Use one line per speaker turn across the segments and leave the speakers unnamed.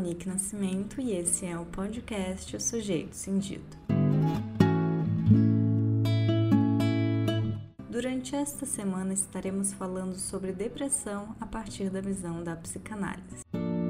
Monique Nascimento e esse é o podcast O Sujeito Cindido. Durante esta semana estaremos falando sobre depressão a partir da visão da psicanálise.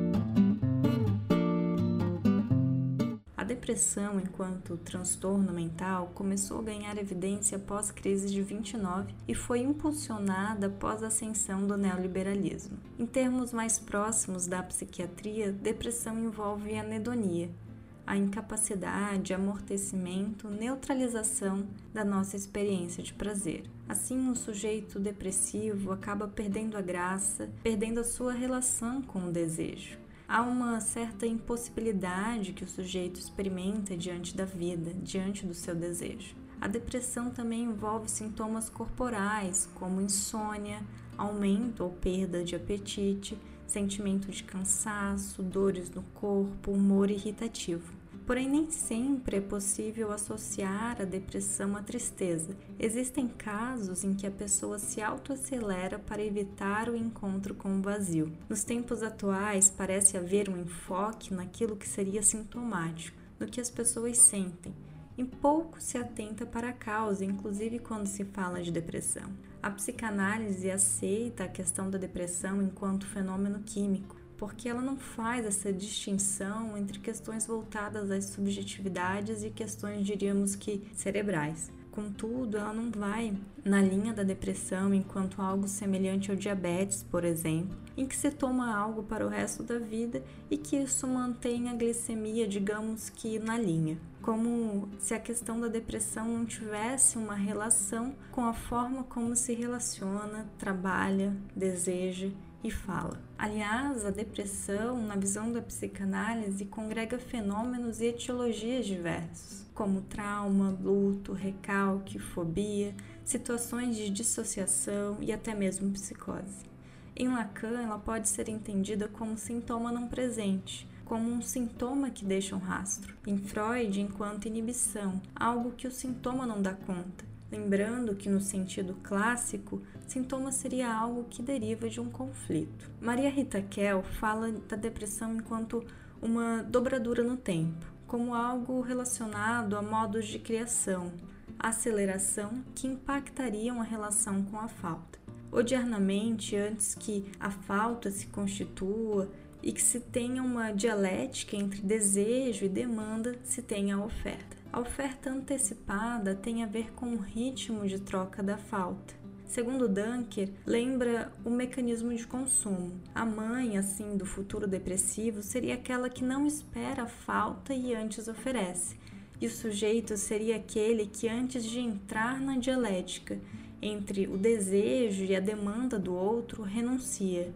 A depressão, enquanto transtorno mental, começou a ganhar evidência após a crise de 29 e foi impulsionada após a ascensão do neoliberalismo. Em termos mais próximos da psiquiatria, depressão envolve anedonia, a incapacidade, amortecimento, neutralização da nossa experiência de prazer. Assim, o sujeito depressivo acaba perdendo a graça, perdendo a sua relação com o desejo. Há uma certa impossibilidade que o sujeito experimenta diante da vida, diante do seu desejo. A depressão também envolve sintomas corporais, como insônia, aumento ou perda de apetite, sentimento de cansaço, dores no corpo, humor irritativo. Porém, nem sempre é possível associar a depressão à tristeza. Existem casos em que a pessoa se autoacelera para evitar o encontro com o vazio. Nos tempos atuais, parece haver um enfoque naquilo que seria sintomático, no que as pessoas sentem, e pouco se atenta para a causa, inclusive quando se fala de depressão. A psicanálise aceita a questão da depressão enquanto fenômeno químico, porque ela não faz essa distinção entre questões voltadas às subjetividades e questões, diríamos que, cerebrais. Contudo, ela não vai na linha da depressão enquanto algo semelhante ao diabetes, por exemplo, em que se toma algo para o resto da vida e que isso mantém a glicemia, digamos que, na linha. Como se a questão da depressão não tivesse uma relação com a forma como se relaciona, trabalha, deseja e fala. Aliás, a depressão, na visão da psicanálise, congrega fenômenos e etiologias diversos, como trauma, luto, recalque, fobia, situações de dissociação e até mesmo psicose. Em Lacan, ela pode ser entendida como sintoma não presente, como um sintoma que deixa um rastro. Em Freud, enquanto inibição, algo que o sintoma não dá conta. Lembrando que, no sentido clássico, sintoma seria algo que deriva de um conflito. Maria Rita Kell fala da depressão enquanto uma dobradura no tempo, como algo relacionado a modos de criação, aceleração que impactariam a relação com a falta. Odiernamente, antes que a falta se constitua e que se tenha uma dialética entre desejo e demanda, se tenha a oferta. A oferta antecipada tem a ver com o ritmo de troca da falta. Segundo Dunker, lembra o mecanismo de consumo. A mãe, assim, do futuro depressivo seria aquela que não espera a falta e antes oferece. E o sujeito seria aquele que, antes de entrar na dialética entre o desejo e a demanda do outro, renuncia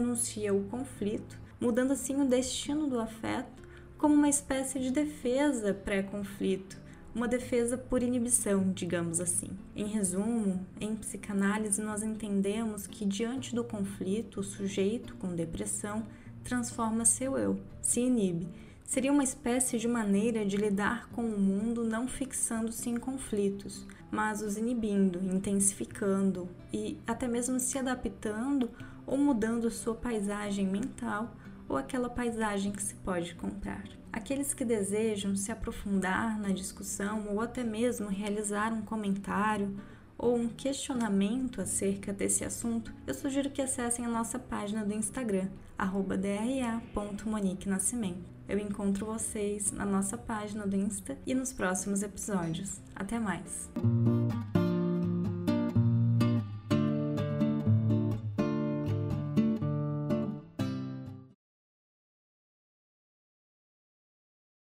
ao conflito, mudando assim o destino do afeto como uma espécie de defesa pré-conflito, uma defesa por inibição, digamos assim. Em resumo, em psicanálise nós entendemos que diante do conflito, o sujeito com depressão transforma seu eu, se inibe. Seria uma espécie de maneira de lidar com o mundo não fixando-se em conflitos, mas os inibindo, intensificando e até mesmo se adaptando ou mudando sua paisagem mental ou aquela paisagem que se pode comprar. Aqueles que desejam se aprofundar na discussão ou até mesmo realizar um comentário ou um questionamento acerca desse assunto, eu sugiro que acessem a nossa página do Instagram, @dra.moniquenascimento. Eu encontro vocês na nossa página do Insta e nos próximos episódios. Até mais!